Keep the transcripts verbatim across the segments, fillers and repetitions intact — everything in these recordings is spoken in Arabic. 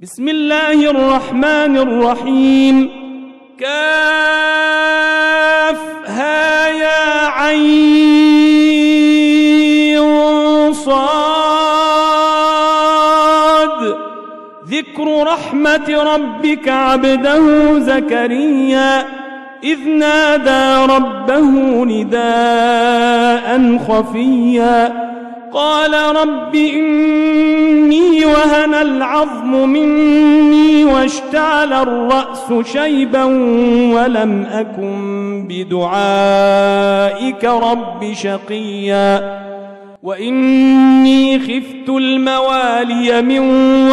بسم الله الرحمن الرحيم. كافها يا عين صاد. ذكر رحمة ربك عبده زكريا إذ نادى ربه نداء خفيا قال رب إني وهن العظم مني واشتعل الرأس شيبا ولم أكن بدعائك رب شقيا وإني خفت الموالي من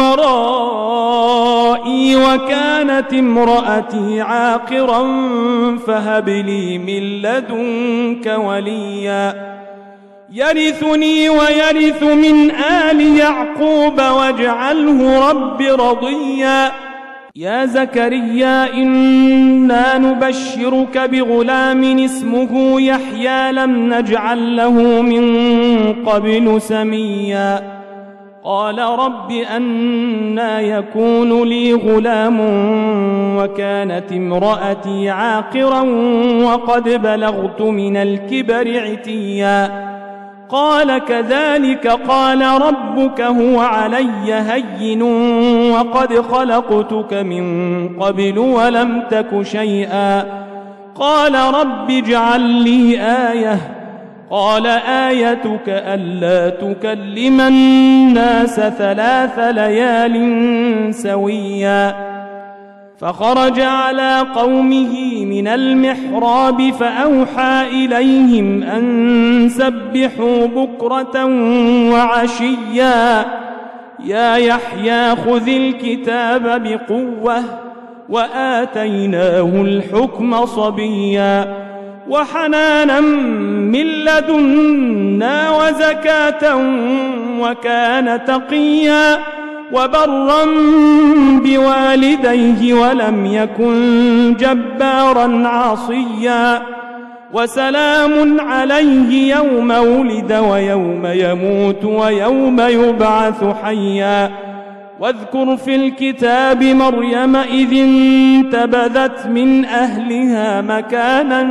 ورائي وكانت امرأتي عاقرا فهب لي من لدنك وليا يرثني ويرث من آل يعقوب واجعله رب رضيا. يا زكريا إنا نبشرك بغلام اسمه يحيى لم نجعل له من قبل سميا قال رب أنى يكون لي غلام وكانت امرأتي عاقرا وقد بلغت من الكبر عتيا قال كذلك قال ربك هو علي هين وقد خلقتك من قبل ولم تك شيئا قال رب اجعل لي آية قال آيتك ألا تكلم الناس ثلاث ليال سويا فخرج على قومه من المحراب فأوحى إليهم أن سبحوا بكرة وعشيا يا يحيى خذ الكتاب بقوة وآتيناه الحكم صبيا وحنانا من لدنا وزكاة وكان تقيا وبرا بوالديه ولم يكن جبارا عاصيا وسلام عليه يوم ولد ويوم يموت ويوم يبعث حيا واذكر في الكتاب مريم إذ انتبذت من أهلها مكانا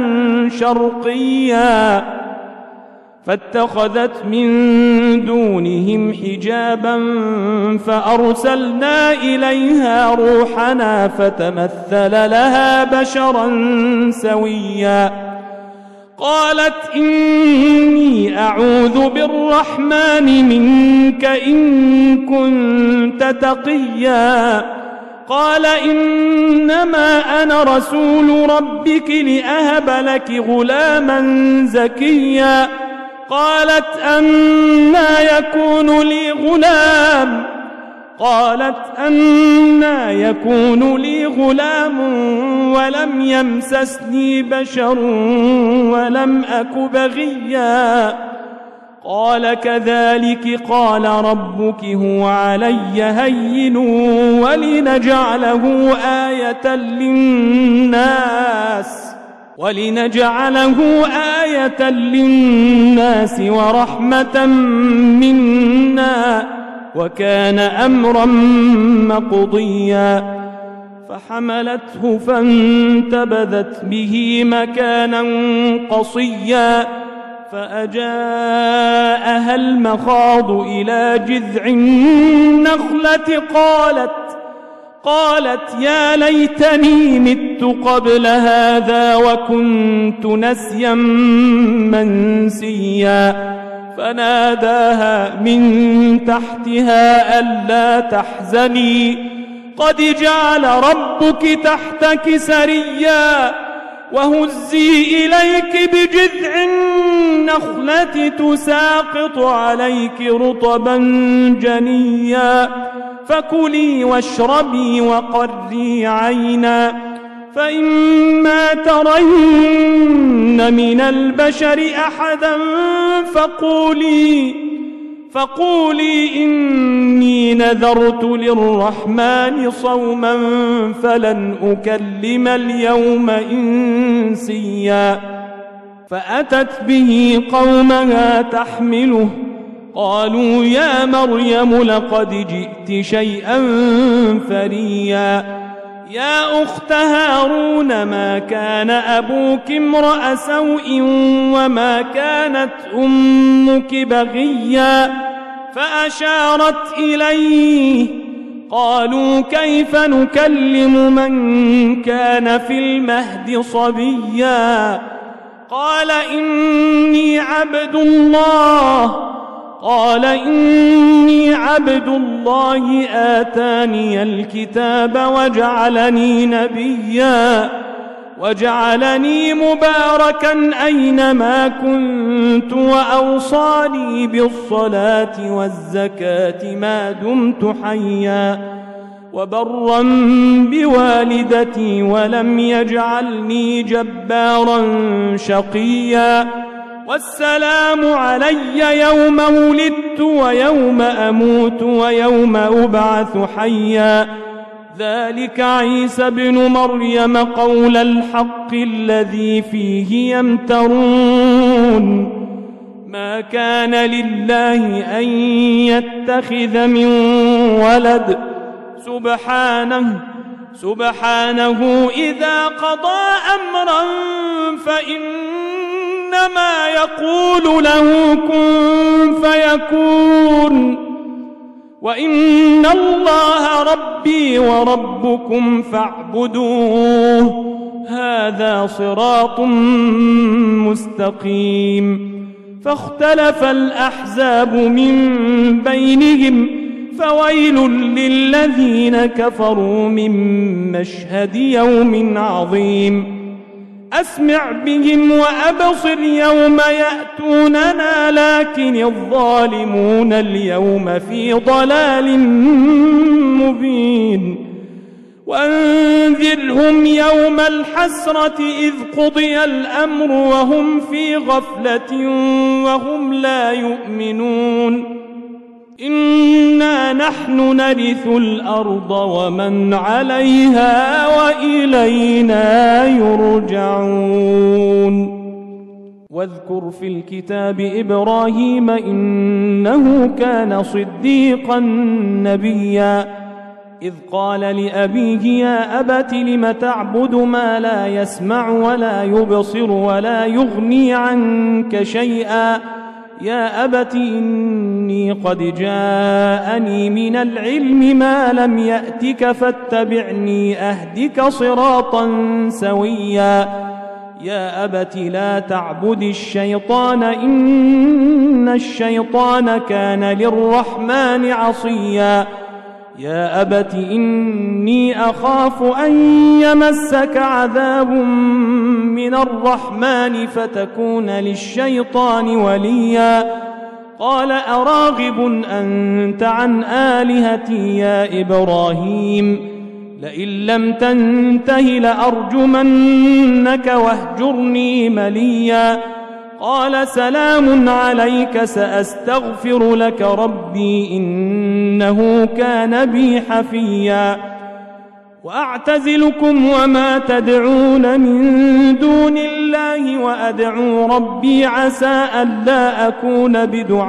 شرقيا فاتخذت من دونهم حجابا فأرسلنا إليها روحنا فتمثل لها بشرا سويا قالت إني أعوذ بالرحمن منك إن كنت تقيا قال إنما أنا رسول ربك لأهب لك غلاما زكيا قالت أنى يكون لي غلام قالت أنى يكون لي غلام ولم يمسسني بشر ولم أك بغيا قال كذلك قال ربك هو علي هين ولنجعله آية للناس ولنجعله آية للناس ورحمة منا وكان أمرا مقضيا فحملته فانتبذت به مكانا قصيا فأجاءها المخاض إلى جذع النخلة قالت قالت يا ليتني مت قبل هذا وكنت نسيا منسيا فناداها من تحتها ألا تحزني قد جعل ربك تحتك سريا وهزي إليك بجذع النخلة تساقط عليك رطبا جنيا فكلي واشربي وقري عينا فإما ترين من البشر أحدا فقولي فقولي إني نذرت للرحمن صوما فلن أكلم اليوم إنسيا فأتت به قومها تحمله قالوا يا مريم لقد جئت شيئا فريا يا أخت هارون ما كان أبوك امرأ سوء وما كانت أمك بغيا فأشارت إليه قالوا كيف نكلم من كان في المهد صبيا قال إني عبد الله قال إني عبد الله آتاني الكتاب وجعلني نبيا وجعلني مباركا أينما كنت وأوصاني بالصلاة والزكاة ما دمت حيا وبرا بوالدتي ولم يجعلني جبارا شقيا والسلام علي يوم ولدت ويوم أموت ويوم أبعث حيا ذلك عيسى بن مريم قول الحق الذي فيه يمترون ما كان لله أن يتخذ من ولد سبحانه سبحانه إذا قضى أمرا فإنما يقول له كن فيكون وإن الله ربي وربكم فاعبدوه هذا صراط مستقيم فاختلف الأحزاب من بينهم فويل للذين كفروا من مشهد يوم عظيم أسمع بهم وأبصر يوم يأتوننا لكن الظالمون اليوم في ضلال مبين وأنذرهم يوم الحسرة إذ قضي الأمر وهم في غفلة وهم لا يؤمنون إنا نحن نرث الأرض ومن عليها وإلينا يرجعون واذكر في الكتاب إبراهيم إنه كان صديقا نبيا إذ قال لأبيه يا أبت لم تعبد ما لا يسمع ولا يبصر ولا يغني عنك شيئا يا أبت إني قد جاءني من العلم ما لم يأتك فاتبعني أهدك صراطا سويا يا أبت لا تعبد الشيطان إن الشيطان كان للرحمن عصيا يا أبت إني أخاف أن يمسك عذاب من الرحمن فتكون للشيطان وليا قال أراغب أنت عن آلهتي يا إبراهيم لئن لم تنته لأرجمنك واهجرني مليا قال سلام عليك سأستغفر لك ربي إنه كان بي حفيا وأعتزلكم وما تدعون من دون الله وأدعو ربي عسى ألا أكون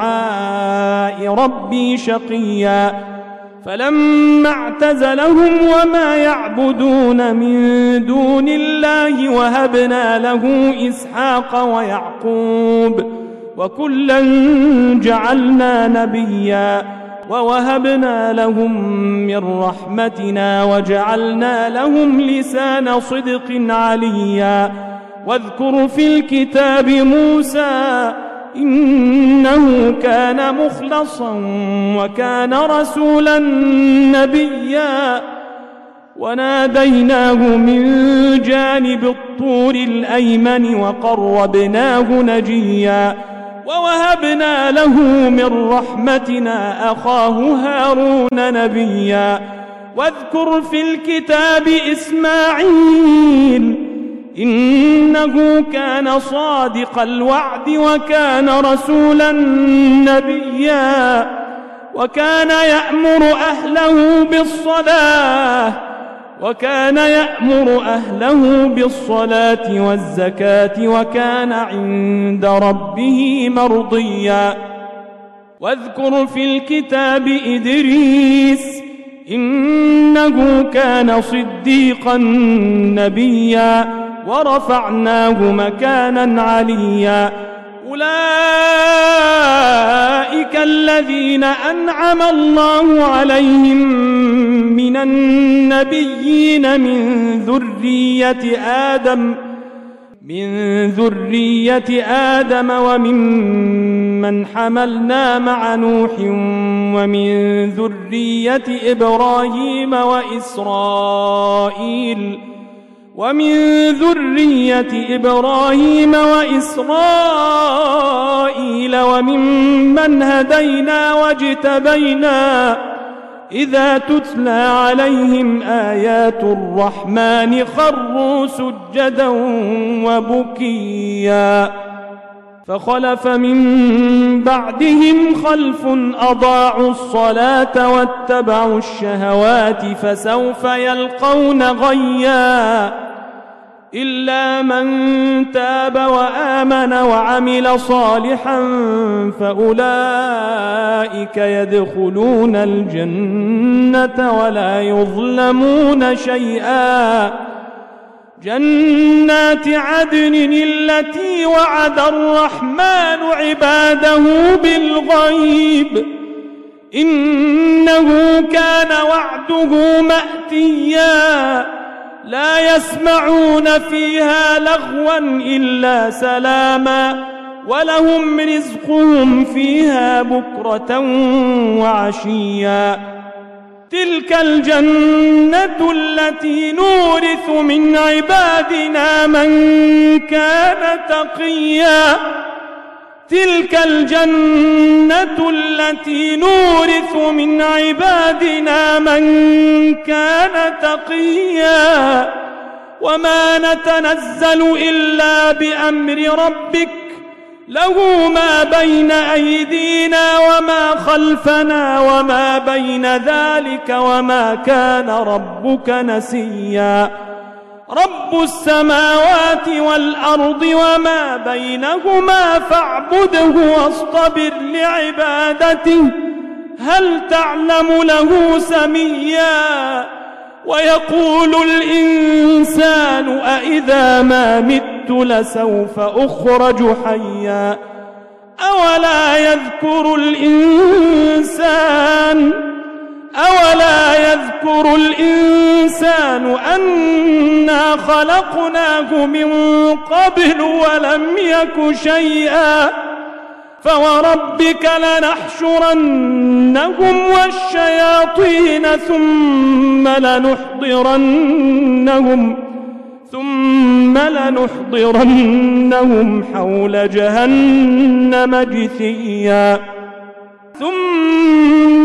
بدعاء ربي شقيا فلما اعتزلهم وما يعبدون من دون الله وهبنا له إسحاق ويعقوب وكلا جعلنا نبيا ووهبنا لهم من رحمتنا وجعلنا لهم لسان صدق عليا واذكر في الكتاب موسى إنه كان مخلصا وكان رسولا نبيا وناديناه من جانب الطور الأيمن وقربناه نجيا ووهبنا له من رحمتنا أخاه هارون نبيا واذكر في الكتاب إسماعيل إنه كان صادق الوعد وكان رسولا نبيا وكان يأمر أهله بالصلاة وكان يأمر أهله بالصلاة والزكاة وكان عند ربه مرضيا واذكر في الكتاب إدريس إنه كان صديقا نبيا ورفعناه مكانا عليا أولئك الذين أنعم الله عليهم من النبيين من ذرية آدم من ذرية آدم وممن حملنا مع نوح ومن ذرية إبراهيم وإسرائيل ومن ذرية إبراهيم وإسرائيل وممن هدينا واجتبينا إذا تتلى عليهم آيات الرحمن خروا سجدا وبكيا فخلف من بعدهم خلف أضاعوا الصلاة واتبعوا الشهوات فسوف يلقون غيا إلا من تاب وآمن وعمل صالحا فأولئك يدخلون الجنة ولا يظلمون شيئا جنات عدن التي وعد الرحمن عباده بالغيب إنه كان وعده مأتيا لا يسمعون فيها لغوا إلا سلاما ولهم رزقهم فيها بكرة وعشيا تلك الجنة التي نورث من عبادنا من كان تقيا تلك الجنة التي نورث من عبادنا من كان تقيا وما نتنزل إلا بأمر ربك له ما بين أيدينا وما خلفنا وما بين ذلك وما كان ربك نسيا رب السماوات والأرض وما بينهما فاعبده واصطبر لعبادته هل تعلم له سميا ويقول الإنسان أإذا ما مت لسوف أخرج حيا أولا يذكر الإنسان أولا يذكر الإنسان أنا خلقناه من قبل ولم يك شيئا فوربك لنحشرنهم والشياطين ثم لنحضرنهم ثم لنحضرنهم حول جهنم جثيا ثم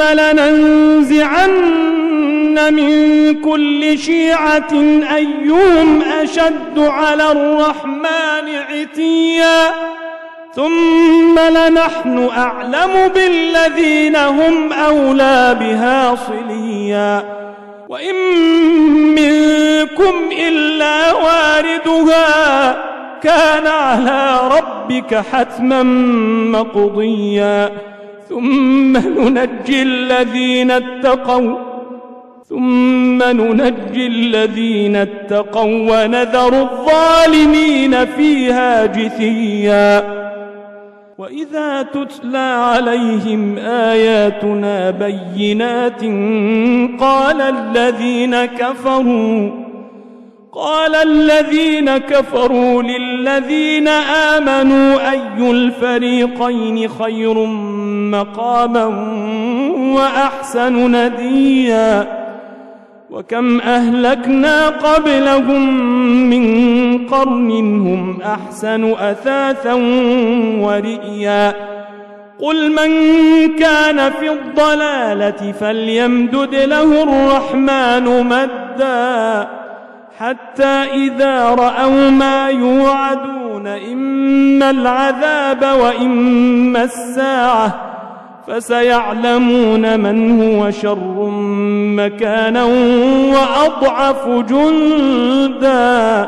لننزعن من كل شيعة أيهم أشد على الرحمن عتيا ثم لنحن أعلم بالذين هم أولى بها صليا وإن منكم إلا واردها كان على ربك حتما مقضيا ثم ننجي الذين اتقوا ثم ننجي الذين اتقوا ونذر الظالمين فيها جثيا وإذا تتلى عليهم آياتنا بينات قال الذين كفروا قال الذين كفروا للذين آمنوا أي الفريقين خير مقاما وأحسن نديا وكم أهلكنا قبلهم من قرن هم أحسن أثاثا ورئيا قل من كان في الضلالة فليمدد له الرحمن مدا حتى إذا رأوا ما يوعدون إما العذاب وإما الساعة فسيعلمون من هو شر مكانا وأضعف جندا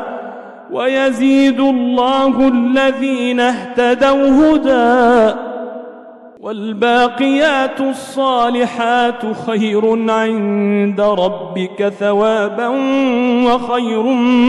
ويزيد الله الذين اهتدوا هدى والباقيات الصالحات خير عند ربك ثوابا وخير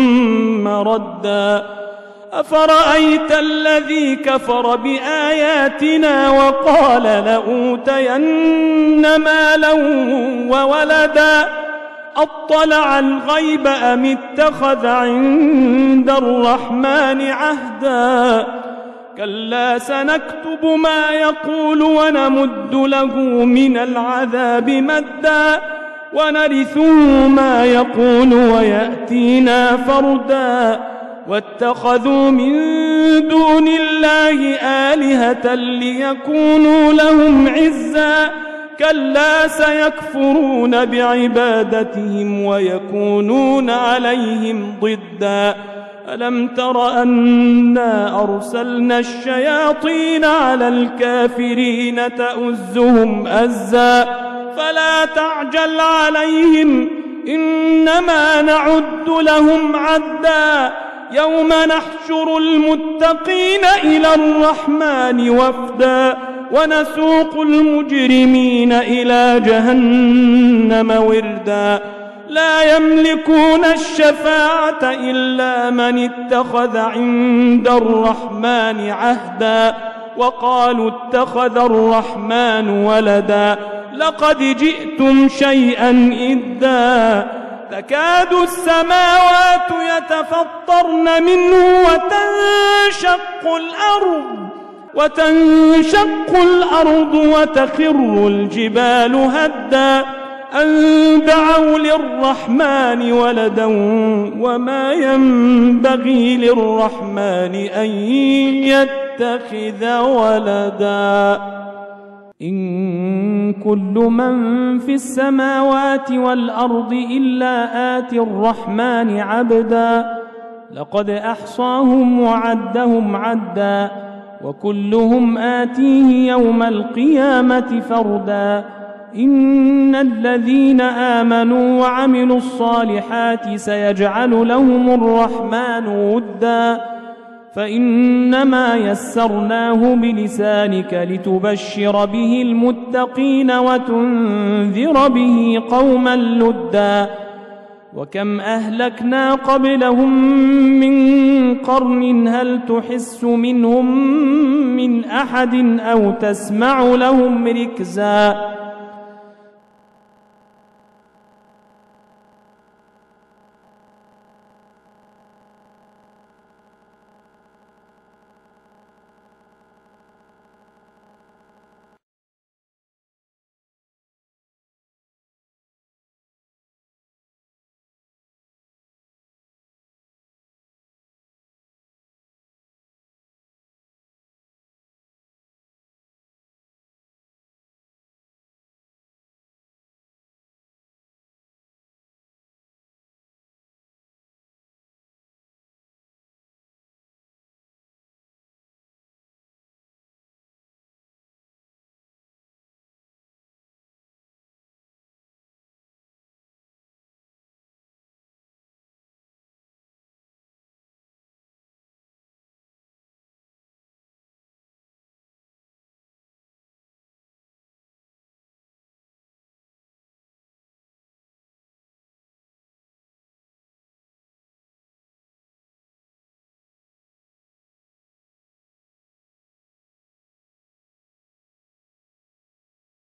مردا أفرأيت الذي كفر بآياتنا وقال لأوتين مالا وولدا أطلع الغيب أم اتخذ عند الرحمن عهدا كلا سنكتب ما يقول ونمد له من العذاب مدا ونرثه ما يقول ويأتينا فردا واتخذوا من دون الله آلهة ليكونوا لهم عزا كلا سيكفرون بعبادتهم ويكونون عليهم ضدا ألم تر أنا أرسلنا الشياطين على الكافرين تؤزهم أزا فلا تعجل عليهم إنما نعد لهم عدا يوم نحشر المتقين إلى الرحمن وفدا ونسوق المجرمين إلى جهنم وردا لا يملكون الشفاعة إلا من اتخذ عند الرحمن عهدا وقالوا اتخذ الرحمن ولدا لقد جئتم شيئا إدا تكاد السماوات يتفطرن منه وتنشق الأرض وتنشق الأرض وتخر الجبال هدا أن دعوا للرحمن ولدا وما ينبغي للرحمن أن يتخذ ولدا إن كل من في السماوات والأرض إلا آتي الرحمن عبدا لقد أحصاهم وعدهم عدا وكلهم آتيه يوم القيامة فردا إن الذين آمنوا وعملوا الصالحات سيجعل لهم الرحمن ودا فإنما يسرناه بلسانك لتبشر به المتقين وتنذر به قوما لدا وكم أهلكنا قبلهم من قرن هل تحس منهم من أحد أو تسمع لهم ركزا